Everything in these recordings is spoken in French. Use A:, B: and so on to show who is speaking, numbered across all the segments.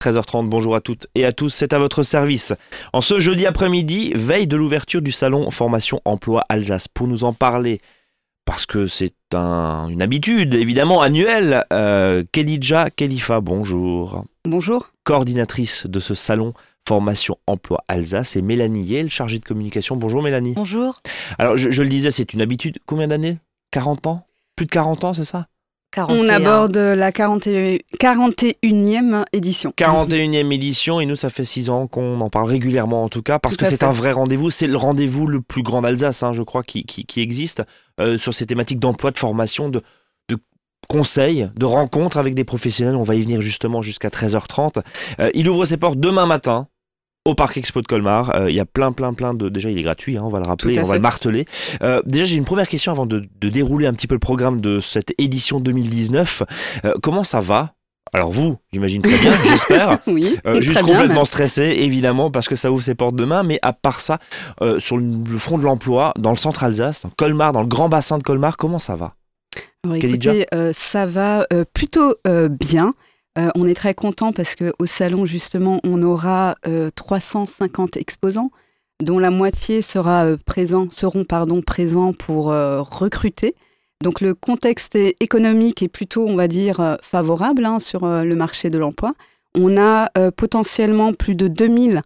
A: 13h30, bonjour à toutes et à tous, c'est à votre service. En ce jeudi après-midi, veille de l'ouverture du salon Formation Emploi Alsace. Pour nous en parler, parce que c'est une habitude évidemment annuelle, Khadija Khalifa, bonjour.
B: Bonjour.
A: Coordinatrice de ce salon Formation Emploi Alsace, et Mélanie Yel, chargée de communication. Bonjour Mélanie.
C: Bonjour.
A: Alors je le disais, c'est une habitude, combien d'années ? 40 ans ? Plus de 40 ans, c'est ça ?
B: 41. On aborde la 41e édition.
A: 41e édition, et nous ça fait 6 ans qu'on en parle régulièrement en tout cas, parce que c'est un vrai rendez-vous, c'est le rendez-vous le plus grand d'Alsace, je crois, qui existe, sur ces thématiques d'emploi, de formation, de conseils, de rencontres avec des professionnels. On va y venir justement jusqu'à 13h30. Il ouvre ses portes demain matin au Parc Expo de Colmar. Il y a plein de... Déjà, il est gratuit, on va le rappeler, on va le marteler. Déjà, j'ai une première question avant de dérouler un petit peu le programme de cette édition 2019. Comment ça va ? Alors vous, j'imagine très bien, j'espère.
B: Oui,
A: juste
B: très bien,
A: complètement
B: même.
A: stressé, évidemment, parce que ça ouvre ses portes demain. Mais à part ça, sur le front de l'emploi, dans le centre Alsace, dans Colmar, dans le grand bassin de Colmar, comment ça va ?
B: Alors, écoutez, ça va plutôt bien. On est très content parce qu'au salon, justement, on aura 350 exposants, dont la moitié seront présents pour recruter. Donc le contexte économique est plutôt, on va dire, favorable sur le marché de l'emploi. On a potentiellement plus de 2000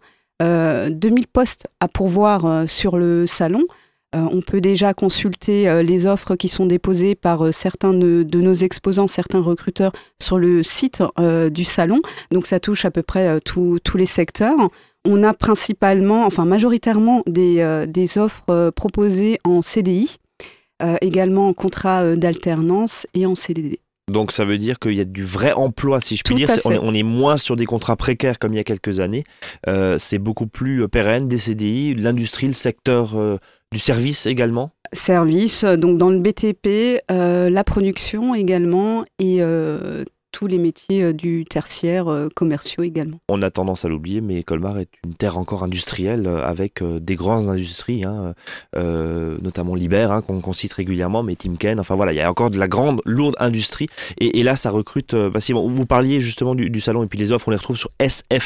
B: postes à pourvoir sur le salon. On peut déjà consulter les offres qui sont déposées par certains de nos exposants, certains recruteurs sur le site du salon. Donc ça touche à peu près tous les secteurs. On a majoritairement des offres proposées en CDI, également en contrat d'alternance et en CDD. Donc
A: ça veut dire qu'il y a du vrai emploi, si je puis dire. On est moins sur des contrats précaires comme il y a quelques années. C'est beaucoup plus pérenne, des CDI, l'industrie, le secteur du service également.
B: Service, donc dans le BTP, la production également, et tous les métiers du tertiaire, commerciaux également.
A: On a tendance à l'oublier, mais Colmar est une terre encore industrielle, avec des grandes industries, notamment Liber, qu'on cite régulièrement, mais Timken, enfin voilà, il y a encore de la grande, lourde industrie, et là ça recrute massivement. Vous parliez justement du salon, et puis les offres, on les retrouve sur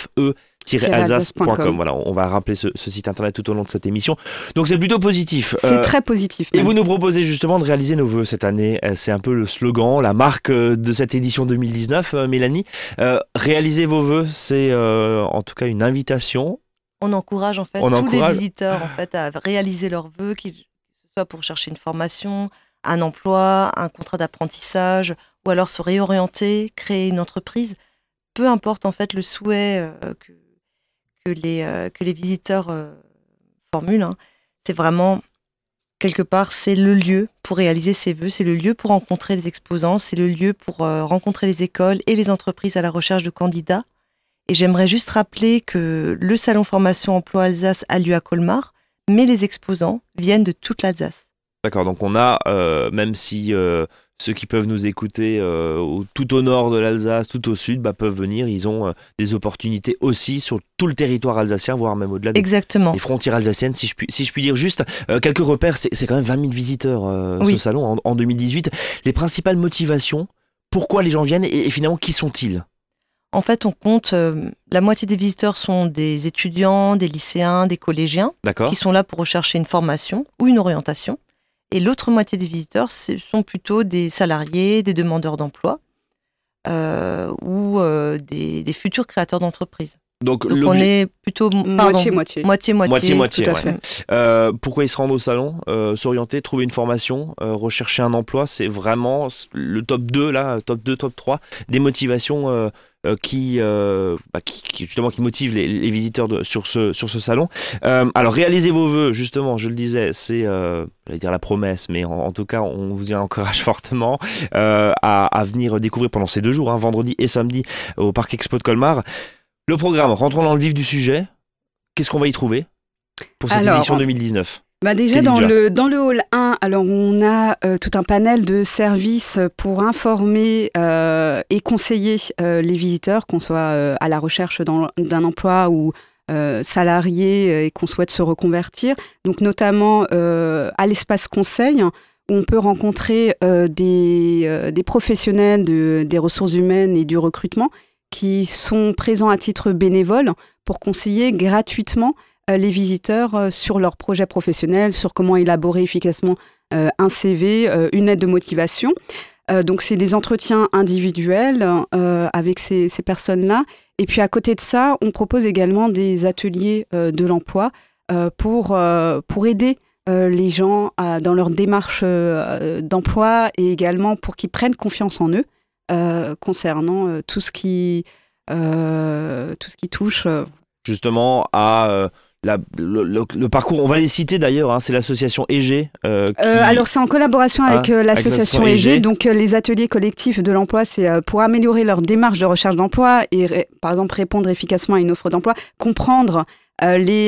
A: sfe-alsace.com. Voilà, on va rappeler ce site internet tout au long de cette émission. Donc c'est plutôt positif.
B: C'est très positif. Même.
A: Et vous nous proposez justement de réaliser nos vœux cette année. C'est un peu le slogan, la marque de cette édition 2019, Mélanie. Réaliser vos vœux, c'est en tout cas une invitation.
C: On encourage en fait tous les visiteurs à réaliser leurs vœux, que ce soit pour chercher une formation, un emploi, un contrat d'apprentissage, ou alors se réorienter, créer une entreprise. Peu importe en fait le souhait que les visiteurs formulent, c'est vraiment quelque part, c'est le lieu pour réaliser ses vœux, c'est le lieu pour rencontrer les exposants, c'est le lieu pour rencontrer les écoles et les entreprises à la recherche de candidats. Et j'aimerais juste rappeler que le salon Formation Emploi Alsace a lieu à Colmar, mais les exposants viennent de toute l'Alsace.
A: D'accord, donc on a, même si ceux qui peuvent nous écouter tout au nord de l'Alsace, tout au sud, peuvent venir, ils ont des opportunités aussi sur tout le territoire alsacien, voire même au-delà des frontières alsaciennes, si je puis dire. Juste quelques repères, c'est quand même 20 000 visiteurs ce salon en 2018. Les principales motivations, pourquoi les gens viennent, et finalement qui sont-ils ?
C: En fait, on compte, la moitié des visiteurs sont des étudiants, des lycéens, des collégiens, qui sont là pour rechercher une formation ou une orientation. Et l'autre moitié des visiteurs, ce sont plutôt des salariés, des demandeurs d'emploi ou des futurs créateurs d'entreprises. Donc on est plutôt moitié-moitié.
A: Moitié-moitié, tout à fait. Pourquoi ils se rendent au salon ? S'orienter, trouver une formation, rechercher un emploi, c'est vraiment le top 2, top 3 des motivations qui motivent les visiteurs sur ce salon. Alors réalisez vos vœux, justement, je le disais, c'est j'allais dire la promesse, mais en tout cas on vous y encourage fortement à venir découvrir pendant ces 2 jours, vendredi et samedi, au Parc Expo de Colmar. Le programme, rentrons dans le vif du sujet. Qu'est-ce qu'on va y trouver pour cette édition 2019 ?
B: Déjà, dans le hall 1, alors on a tout un panel de services pour informer et conseiller les visiteurs, qu'on soit à la recherche d'un emploi ou salarié et qu'on souhaite se reconvertir. Donc notamment à l'espace conseil, où on peut rencontrer des professionnels des ressources humaines et du recrutement qui sont présents à titre bénévole pour conseiller gratuitement les visiteurs sur leurs projets professionnels, sur comment élaborer efficacement un CV, une lettre de motivation. Donc, c'est des entretiens individuels avec ces personnes-là. Et puis, à côté de ça, on propose également des ateliers de l'emploi pour aider les gens dans leur démarche d'emploi et également pour qu'ils prennent confiance en eux concernant tout ce qui touche
A: justement à le parcours. On va les citer d'ailleurs, hein, c'est l'association EG.
B: Alors c'est en collaboration avec l'association EG. Donc les ateliers collectifs de l'emploi, c'est pour améliorer leur démarche de recherche d'emploi et par exemple répondre efficacement à une offre d'emploi, comprendre les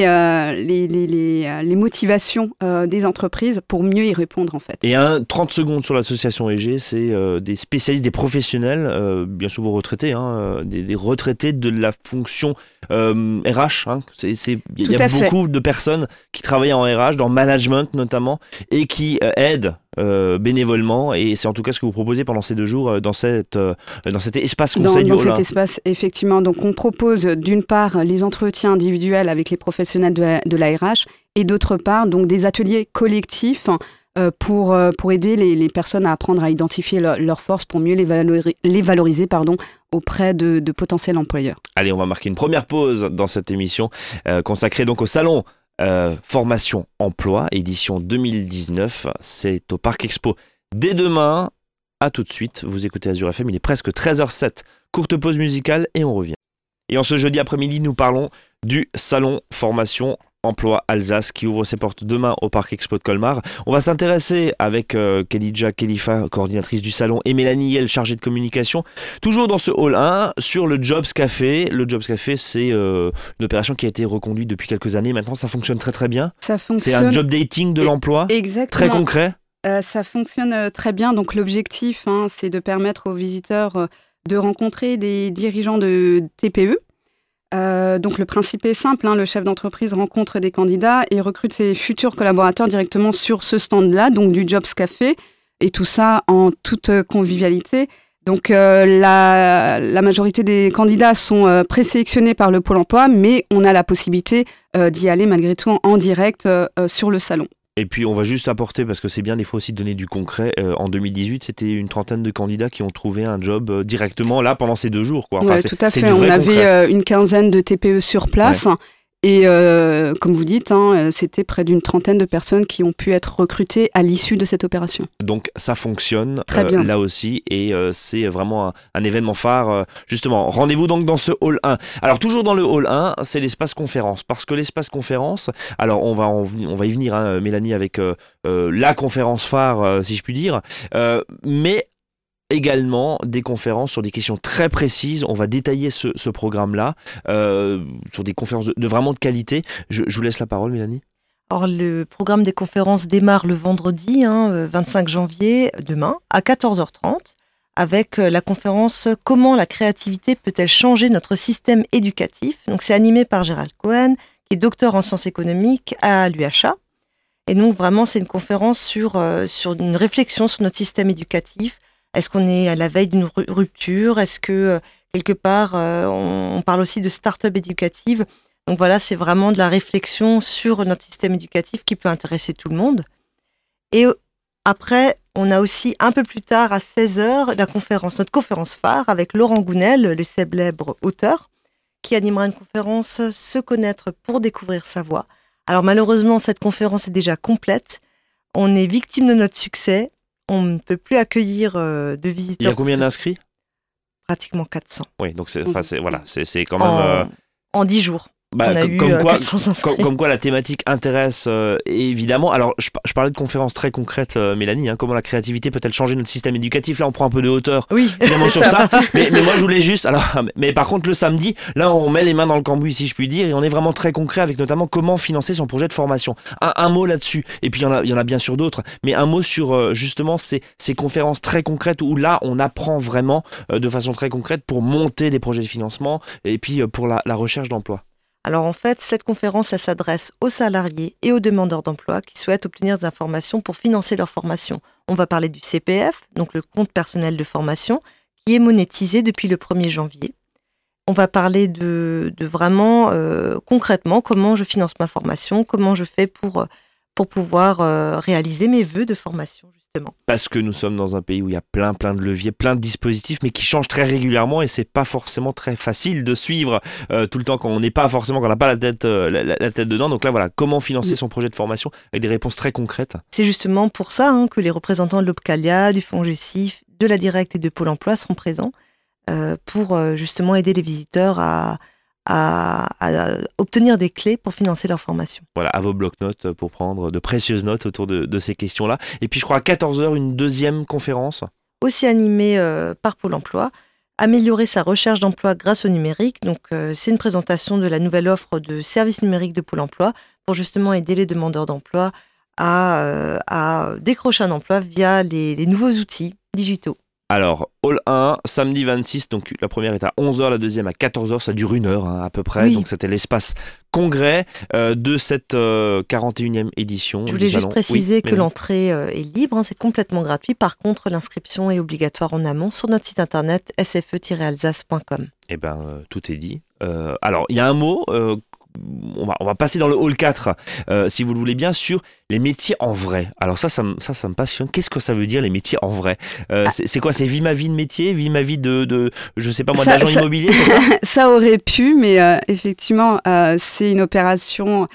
B: motivations des entreprises pour mieux y répondre en fait.
A: Et 30 secondes sur l'association EG, c'est des spécialistes, des professionnels, bien souvent retraités, hein, des retraités de la fonction RH. Hein. Il y a beaucoup de personnes qui travaillent en RH, dans le management notamment, et qui aident bénévolement, et c'est en tout cas ce que vous proposez pendant ces 2 jours dans cet espace conseil
B: dans cet espace, effectivement. Donc on propose d'une part les entretiens individuels avec les professionnels de la RH et d'autre part donc des ateliers collectifs pour aider les personnes à apprendre à identifier leurs forces pour mieux les valoriser auprès de potentiels employeurs. Allez,
A: on va marquer une première pause dans cette émission consacrée donc au salon Formation Emploi, édition 2019. C'est au Parc Expo dès demain. À tout de suite, vous écoutez Azure FM, il est presque 13h07. Courte pause musicale et on revient. Et en ce jeudi après-midi, nous parlons du salon Formation Emploi Alsace qui ouvre ses portes demain au Parc Expo de Colmar. On va s'intéresser avec Khadija Khelifa, coordinatrice du salon, et Mélanie Yel, chargée de communication, toujours dans ce hall 1, sur le Jobs Café. Le Jobs Café, c'est une opération qui a été reconduite depuis quelques années. Maintenant, ça fonctionne très très bien.
B: Ça fonctionne.
A: C'est un job dating de l'emploi.
B: Exactement.
A: Très concret.
B: Ça fonctionne très bien. Donc l'objectif, c'est de permettre aux visiteurs de rencontrer des dirigeants de TPE. Donc le principe est simple, le chef d'entreprise rencontre des candidats et recrute ses futurs collaborateurs directement sur ce stand-là, donc du Jobs Café, et tout ça en toute convivialité. Donc la majorité des candidats sont présélectionnés par le Pôle emploi, mais on a la possibilité d'y aller malgré tout en direct sur le salon.
A: Et puis on va juste apporter, parce que c'est bien des fois aussi de donner du concret, en 2018 c'était une trentaine de candidats qui ont trouvé un job directement là pendant ces 2 jours. Quoi. Enfin,
B: tout à fait, on avait une quinzaine de TPE sur place. Ouais. Et comme vous dites, c'était près d'une trentaine de personnes qui ont pu être recrutées à l'issue de cette opération.
A: Donc ça fonctionne là aussi et c'est vraiment un événement phare. Justement, rendez-vous donc dans ce hall 1. Alors toujours dans le hall 1, c'est l'espace conférence. Parce que l'espace conférence, alors on va y venir, Mélanie, avec la conférence phare, si je puis dire, mais également des conférences sur des questions très précises. On va détailler ce programme-là sur des conférences de vraiment de qualité. Je vous laisse la parole, Mélanie.
C: Alors, le programme des conférences démarre le vendredi 25 janvier, demain, à 14h30, avec la conférence « Comment la créativité peut-elle changer notre système éducatif ?» Donc, c'est animé par Gérald Cohen, qui est docteur en sciences économiques à l'UHA. Et donc, vraiment, c'est une conférence sur une réflexion sur notre système éducatif. Est-ce qu'on est à la veille d'une rupture ? Est-ce que, quelque part, on parle aussi de start-up éducative ? Donc voilà, c'est vraiment de la réflexion sur notre système éducatif qui peut intéresser tout le monde. Et après, on a aussi un peu plus tard, à 16h, notre conférence phare avec Laurent Gounel, le célèbre auteur, qui animera une conférence « Se connaître pour découvrir sa voix ». Alors malheureusement, cette conférence est déjà complète. On est victime de notre succès. On ne peut plus accueillir de visiteurs.
A: Il y a combien d'inscrits ?
C: Pratiquement 400.
A: Oui, donc c'est quand même...
C: En 10 jours. On a eu 400 inscrits.
A: Comme quoi la thématique intéresse évidemment. Alors je parlais de conférences très concrètes, Mélanie, comment la créativité peut-elle changer notre système éducatif ? Là on prend un peu de hauteur évidemment sur ça. Mais moi je voulais juste... mais par contre le samedi, là on met les mains dans le cambouis si je puis dire, et on est vraiment très concret avec notamment comment financer son projet de formation. Un mot là-dessus, et puis il y en a bien sûr d'autres, mais un mot sur justement ces conférences très concrètes où là on apprend vraiment de façon très concrète pour monter des projets de financement et puis pour la recherche d'emploi.
C: Alors en fait, cette conférence, elle s'adresse aux salariés et aux demandeurs d'emploi qui souhaitent obtenir des informations pour financer leur formation. On va parler du CPF, donc le compte personnel de formation, qui est monétisé depuis le 1er janvier. on va parler de vraiment concrètement comment je finance ma formation, comment je fais pour pouvoir réaliser mes vœux de formation, justement.
A: Parce que nous sommes dans un pays où il y a plein de leviers, plein de dispositifs, mais qui changent très régulièrement et c'est pas forcément très facile de suivre tout le temps quand on n'a pas la tête dedans. Donc là, voilà, comment financer son projet de formation avec des réponses très concrètes.
C: C'est justement pour ça que les représentants de l'Opcalia, du Fonds GESIF, de la Directe et de Pôle emploi seront présents pour justement aider les visiteurs à obtenir des clés pour financer leur formation.
A: Voilà, à vos blocs-notes pour prendre de précieuses notes autour de ces questions-là. Et puis je crois à 14h, une deuxième conférence.
C: Aussi animée par Pôle emploi, améliorer sa recherche d'emploi grâce au numérique. Donc c'est une présentation de la nouvelle offre de services numériques de Pôle emploi pour justement aider les demandeurs d'emploi à décrocher un emploi via les nouveaux outils digitaux.
A: Alors, Hall 1, samedi 26, donc la première est à 11h, la deuxième à 14h, ça dure 1 heure à peu près, donc c'était l'espace congrès de cette 41e édition.
C: Je voulais juste préciser que l'entrée est libre, c'est complètement gratuit, par contre l'inscription est obligatoire en amont sur notre site internet sfe-alsace.com.
A: Eh bien, tout est dit. Alors, il y a un mot... On va passer dans le hall 4, si vous le voulez bien, sur les métiers en vrai. Alors ça me passionne. Qu'est-ce que ça veut dire, les métiers en vrai ? C'est quoi ? C'est vie ma vie de métier ? Vie ma vie de je sais pas moi, d'agent immobilier, c'est ça ?
B: Ça aurait pu, mais effectivement, c'est une opération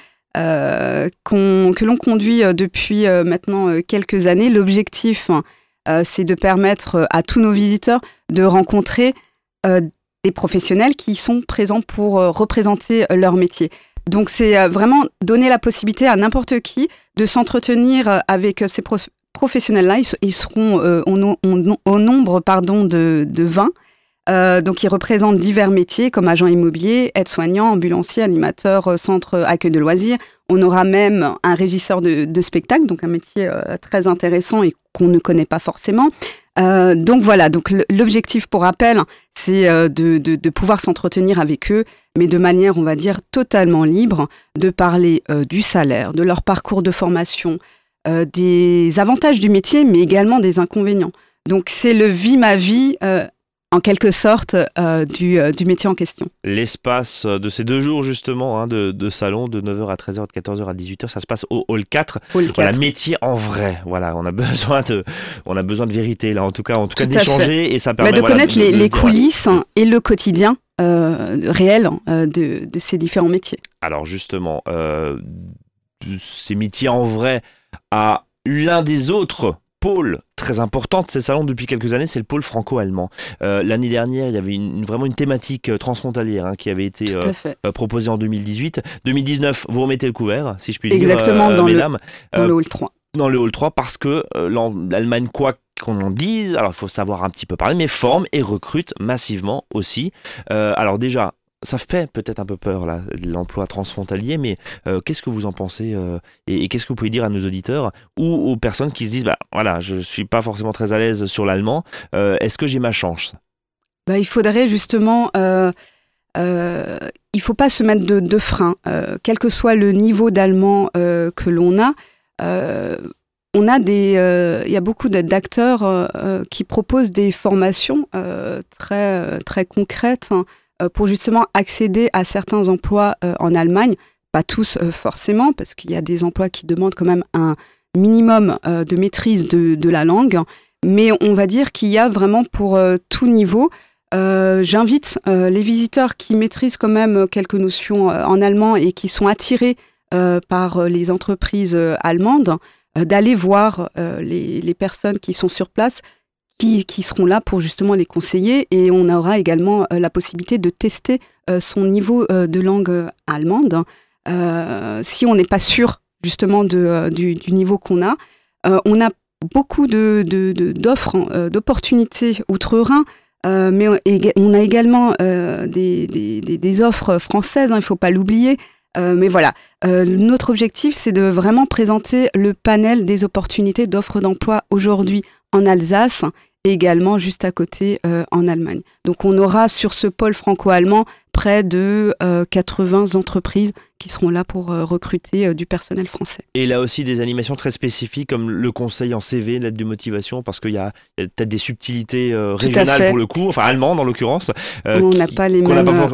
B: que l'on conduit depuis maintenant quelques années. L'objectif, c'est de permettre à tous nos visiteurs de rencontrer des professionnels qui sont présents pour représenter leur métier. Donc c'est vraiment donner la possibilité à n'importe qui de s'entretenir avec ces professionnels-là. Ils seront au nombre de 20. Donc ils représentent divers métiers comme agent immobilier, aide-soignant, ambulancier, animateur, centre accueil de loisirs. On aura même un régisseur de spectacle, donc un métier très intéressant et qu'on ne connaît pas forcément. Donc voilà, donc l'objectif pour rappel, c'est de pouvoir s'entretenir avec eux, mais de manière, on va dire, totalement libre, de parler du salaire, de leur parcours de formation, des avantages du métier, mais également des inconvénients. Donc c'est le vie ma vie en quelque sorte, du métier en question.
A: L'espace de ces 2 jours, justement, de salon, de 9h à 13h, de 14h à 18h, ça se passe au Hall 4. Voilà, métier en vrai. Voilà, on a besoin de vérité, là, en tout cas d'échanger, et ça permet
B: de connaître les coulisses et le quotidien réel de ces différents métiers.
A: Alors, justement, ces métiers en vrai à l'un des autres pôle très important de ces salons depuis quelques années, c'est le pôle franco-allemand. L'année dernière, il y avait vraiment une thématique transfrontalière qui avait été proposée en 2018. 2019, vous remettez le couvert, si je puis dire, mesdames.
B: Dans le hall 3.
A: Dans le hall 3, parce que l'Allemagne, quoi qu'on en dise, alors il faut savoir un petit peu parler, mais forme et recrute massivement aussi. Alors déjà, ça fait peut-être un peu peur, là, l'emploi transfrontalier, mais qu'est-ce que vous en pensez et qu'est-ce que vous pouvez dire à nos auditeurs ou aux personnes qui se disent voilà, je ne suis pas forcément très à l'aise sur l'allemand, est-ce que j'ai ma chance ?
B: Il faudrait justement... il ne faut pas se mettre de frein. Quel que soit le niveau d'allemand que l'on a, il y a beaucoup d'acteurs qui proposent des formations très, très concrètes pour justement accéder à certains emplois en Allemagne, pas tous forcément, parce qu'il y a des emplois qui demandent quand même un minimum de maîtrise de la langue, mais on va dire qu'il y a vraiment pour tout niveau. J'invite les visiteurs qui maîtrisent quand même quelques notions en allemand et qui sont attirés par les entreprises allemandes, d'aller voir les personnes qui sont sur place, qui seront là pour justement les conseiller, et on aura également la possibilité de tester son niveau de langue allemande. Si on n'est pas sûr justement du niveau qu'on a, on a beaucoup d'offres, d'opportunités outre-Rhin, mais on a également des offres françaises, il ne faut pas l'oublier. Mais voilà, notre objectif, c'est de vraiment présenter le panel des opportunités d'offres d'emploi aujourd'hui en Alsace et également juste à côté en Allemagne. Donc on aura sur ce pôle franco-allemand près de 80 entreprises qui seront là pour recruter du personnel français.
A: Et là aussi des animations très spécifiques comme le conseil en CV, l'aide de motivation, parce qu'il y a peut-être des subtilités régionales pour le coup, enfin allemandes en l'occurrence.
B: On n'a pas les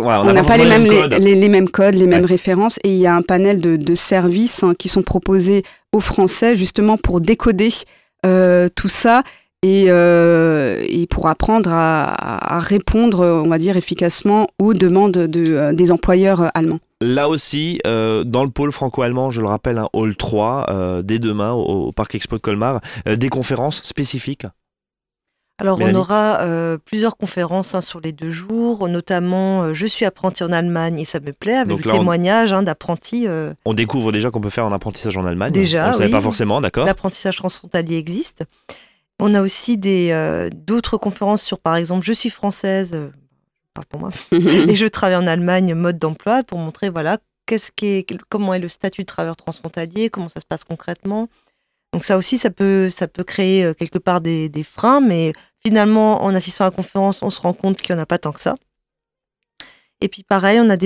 B: mêmes codes, les mêmes références, et il y a un panel de services qui sont proposés aux Français justement pour décoder tout ça. Et pour apprendre à répondre, on va dire, efficacement aux demandes des employeurs allemands.
A: Là aussi, dans le pôle franco-allemand, je le rappelle, Hall 3, dès demain au Parc Expo de Colmar, des conférences spécifiques.
C: Alors Mélanie. On aura plusieurs conférences sur les 2 jours, notamment je suis apprenti en Allemagne et ça me plaît, avec le témoignage d'apprentis. On
A: découvre déjà qu'on peut faire un apprentissage en Allemagne.
C: Déjà,
A: on ne le savait pas forcément, d'accord.
C: L'apprentissage transfrontalier existe. On a aussi d'autres conférences sur, par exemple, je suis française, je parle pour moi, et je travaille en Allemagne, mode d'emploi, pour montrer comment est le statut de travailleur transfrontalier, comment ça se passe concrètement. Donc ça aussi, ça peut créer quelque part des freins, mais finalement, en assistant à la conférence, on se rend compte qu'il n'y en a pas tant que ça. Et puis pareil, on a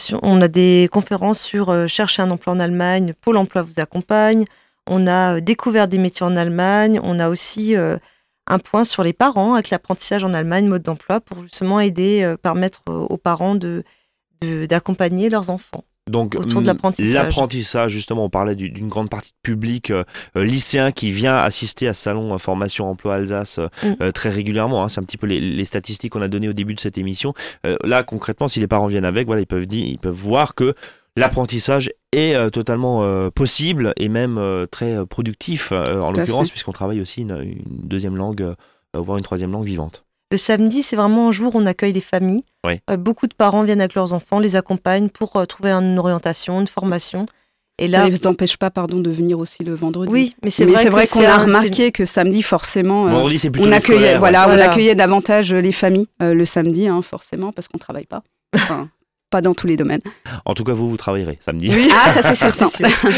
C: des conférences sur chercher un emploi en Allemagne, Pôle emploi vous accompagne. On a découvert des métiers en Allemagne. On a aussi un point sur les parents avec l'apprentissage en Allemagne, mode d'emploi, pour justement permettre aux parents d'accompagner leurs enfants.
A: Donc,
C: autour de
A: l'apprentissage, justement, on parlait d'une grande partie de public lycéen qui vient assister à ce salon formation emploi Alsace très régulièrement. C'est un petit peu les statistiques qu'on a données au début de cette émission. Là, concrètement, si les parents viennent avec, voilà, ils peuvent voir que l'apprentissage est totalement possible et même très productif, en l'occurrence, puisqu'on travaille aussi une deuxième langue, voire une troisième langue vivante.
C: Le samedi, c'est vraiment un jour où on accueille les familles.
A: Oui.
C: Beaucoup de parents viennent avec leurs enfants, les accompagnent pour trouver une orientation, une formation.
B: Et là, ça ne t'empêche pas de venir aussi le vendredi.
C: Oui, mais c'est
B: vrai qu'on a remarqué que samedi, forcément,
A: vendredi, c'est plutôt
B: on accueillait davantage les familles le samedi, forcément, parce qu'on ne travaille pas. Enfin, pas dans tous les domaines.
A: En tout cas, vous travaillerez samedi.
C: Oui. Ah, ça c'est certain.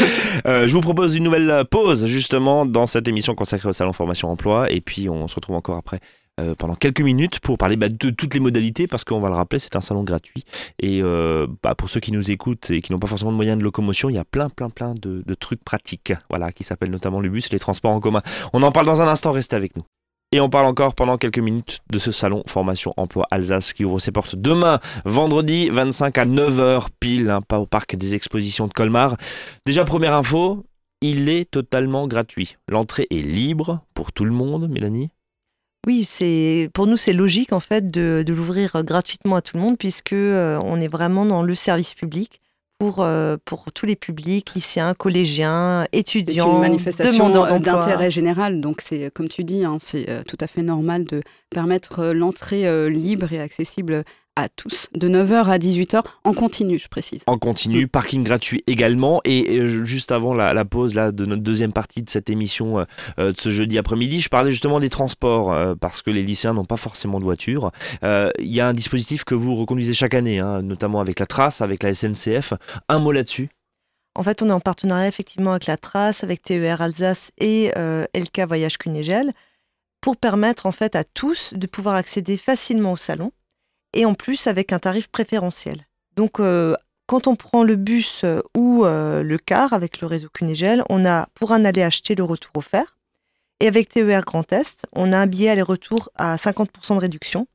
A: Je vous propose une nouvelle pause, justement, dans cette émission consacrée au Salon Formation Emploi. Et puis, on se retrouve encore après, pendant quelques minutes, pour parler de toutes les modalités, parce qu'on va le rappeler, c'est un salon gratuit. Et pour ceux qui nous écoutent et qui n'ont pas forcément de moyens de locomotion, il y a plein de trucs pratiques, voilà, qui s'appellent notamment le bus et les transports en commun. On en parle dans un instant, restez avec nous. Et on parle encore pendant quelques minutes de ce salon Formation Emploi Alsace qui ouvre ses portes demain, vendredi 25 à 9h pile, pas au parc des expositions de Colmar. Déjà, première info, il est totalement gratuit. L'entrée est libre pour tout le monde, Mélanie ?
C: Oui, pour nous c'est logique en fait de l'ouvrir gratuitement à tout le monde, puisque on est vraiment dans le service public. Pour tous les publics, lycéens, collégiens, étudiants,
B: c'est une manifestation
C: demandeurs d'emploi.
B: D'intérêt général, donc c'est comme tu dis, c'est tout à fait normal de permettre l'entrée libre et accessible à tous, de 9h à 18h, en continu, je précise.
A: En continu, parking gratuit également. Et juste avant la pause là, de notre deuxième partie de cette émission de ce jeudi après-midi, je parlais justement des transports, parce que les lycéens n'ont pas forcément de voiture. Il y a un dispositif que vous reconduisez chaque année, notamment avec la Trace, avec la SNCF. Un mot là-dessus ?
C: En fait, on est en partenariat effectivement avec la Trace, avec TER Alsace et LK Voyage Cunégel, pour permettre en fait à tous de pouvoir accéder facilement au salon, et en plus avec un tarif préférentiel. Donc quand on prend le bus ou le car avec le réseau Cunégel, on a pour un aller acheté le retour offert. Et avec TER Grand Est, on a un billet aller-retour à 50% de réduction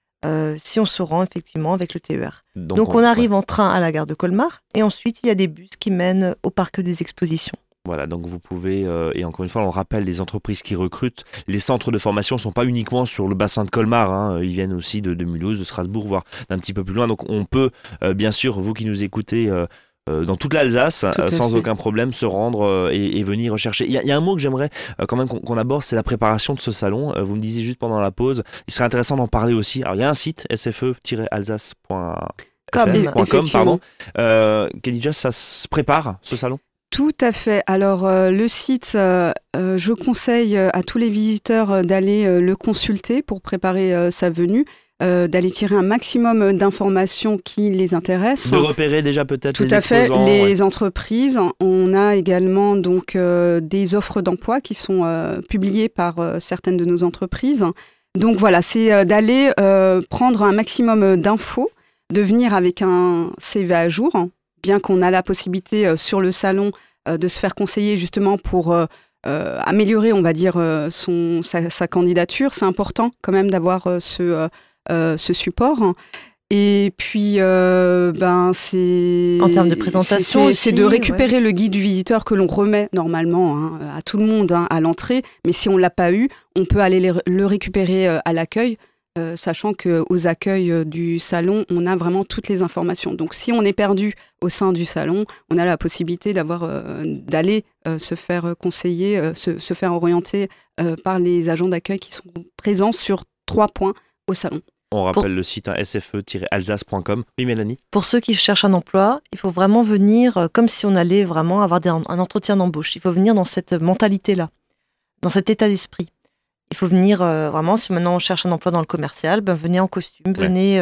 C: si on se rend effectivement avec le TER. Donc on arrive en train à la gare de Colmar, et ensuite il y a des bus qui mènent au parc des expositions.
A: Voilà, donc vous pouvez, et encore une fois, on rappelle, les entreprises qui recrutent, les centres de formation ne sont pas uniquement sur le bassin de Colmar, ils viennent aussi de Mulhouse, de Strasbourg, voire d'un petit peu plus loin. Donc on peut, bien sûr, vous qui nous écoutez, dans toute l'Alsace, sans aucun problème, se rendre et venir rechercher. Il y a un mot que j'aimerais quand même qu'on aborde, c'est la préparation de ce salon. Vous me disiez juste pendant la pause, il serait intéressant d'en parler aussi. Alors il y a un site, sfe-alsace.com, Khadija, ça se prépare, ce salon ?
B: Tout à fait. Alors, le site, je conseille à tous les visiteurs d'aller le consulter pour préparer sa venue, d'aller tirer un maximum d'informations qui les intéressent.
A: De repérer déjà peut-être les exposants.
B: Tout à fait, les entreprises. On a également donc des offres d'emploi qui sont publiées par certaines de nos entreprises. Donc voilà, c'est d'aller prendre un maximum d'infos, de venir avec un CV à jour, hein, bien qu'on a la possibilité sur le salon de se faire conseiller justement pour améliorer, on va dire, sa candidature. C'est important quand même d'avoir ce support. Et puis, c'est...
C: En termes de présentation
B: c'est de récupérer le guide du visiteur que l'on remet normalement à tout le monde à l'entrée. Mais si on ne l'a pas eu, on peut aller le récupérer à l'accueil, sachant qu'aux accueils du salon, on a vraiment toutes les informations. Donc, si on est perdu au sein du salon, on a la possibilité d'aller se faire conseiller, se faire orienter par les agents d'accueil qui sont présents sur 3 points au salon.
A: On rappelle le site sfe-alsace.com. Oui, Mélanie ?
C: Pour ceux qui cherchent un emploi, il faut vraiment venir comme si on allait vraiment avoir un entretien d'embauche. Il faut venir dans cette mentalité-là, dans cet état d'esprit. Il faut venir vraiment, si maintenant on cherche un emploi dans le commercial, venez en costume, venez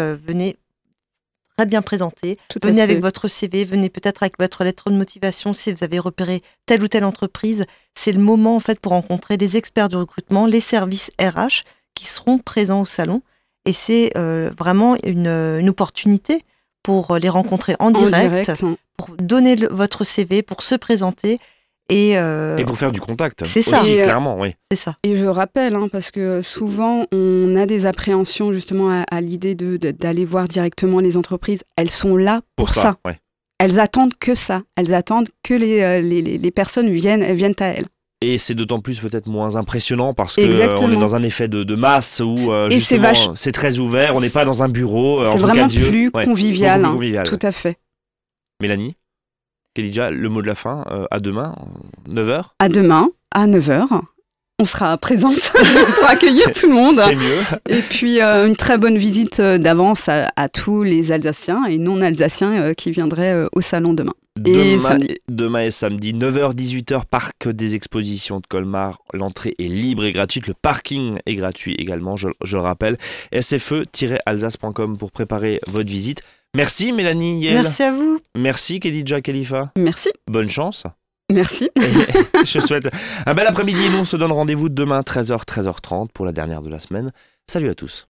C: très bien présenté, venez avec votre CV, venez peut-être avec votre lettre de motivation si vous avez repéré telle ou telle entreprise. C'est le moment en fait pour rencontrer les experts du recrutement, les services RH qui seront présents au salon. Et c'est vraiment une opportunité pour les rencontrer en direct. Pour donner votre CV, pour se présenter. Et
A: pour faire du contact.
C: C'est
A: aussi,
C: ça.
A: Clairement, oui.
C: C'est ça.
B: Et je rappelle, parce que souvent, on a des appréhensions justement à l'idée d'aller voir directement les entreprises. Elles sont là pour ça.
A: Ouais.
B: Elles attendent que ça. Elles attendent que les personnes viennent à elles.
A: Et c'est d'autant plus peut-être moins impressionnant parce qu'on est dans un effet de masse où justement c'est très ouvert, on n'est pas dans un bureau.
B: C'est vraiment plus convivial, tout à fait.
A: Mélanie, Khadija, le mot de la fin, à demain, 9h ?
B: À demain, à 9h. On sera présente pour accueillir tout le monde.
A: C'est mieux. Et
B: puis une très bonne visite d'avance à tous les Alsaciens et non-Alsaciens qui viendraient au salon demain.
A: Demain et samedi, 9h-18h, parc des expositions de Colmar. L'entrée est libre et gratuite. Le parking est gratuit également, je le rappelle. sfe-alsace.com pour préparer votre visite. Merci Mélanie, Yael.
C: Merci à vous.
A: Merci Khadija, Khalifa.
B: Merci.
A: Bonne chance.
B: Merci.
A: Je souhaite un bel après-midi et nous on se donne rendez-vous demain 13h, 13h30 pour la dernière de la semaine. Salut à tous.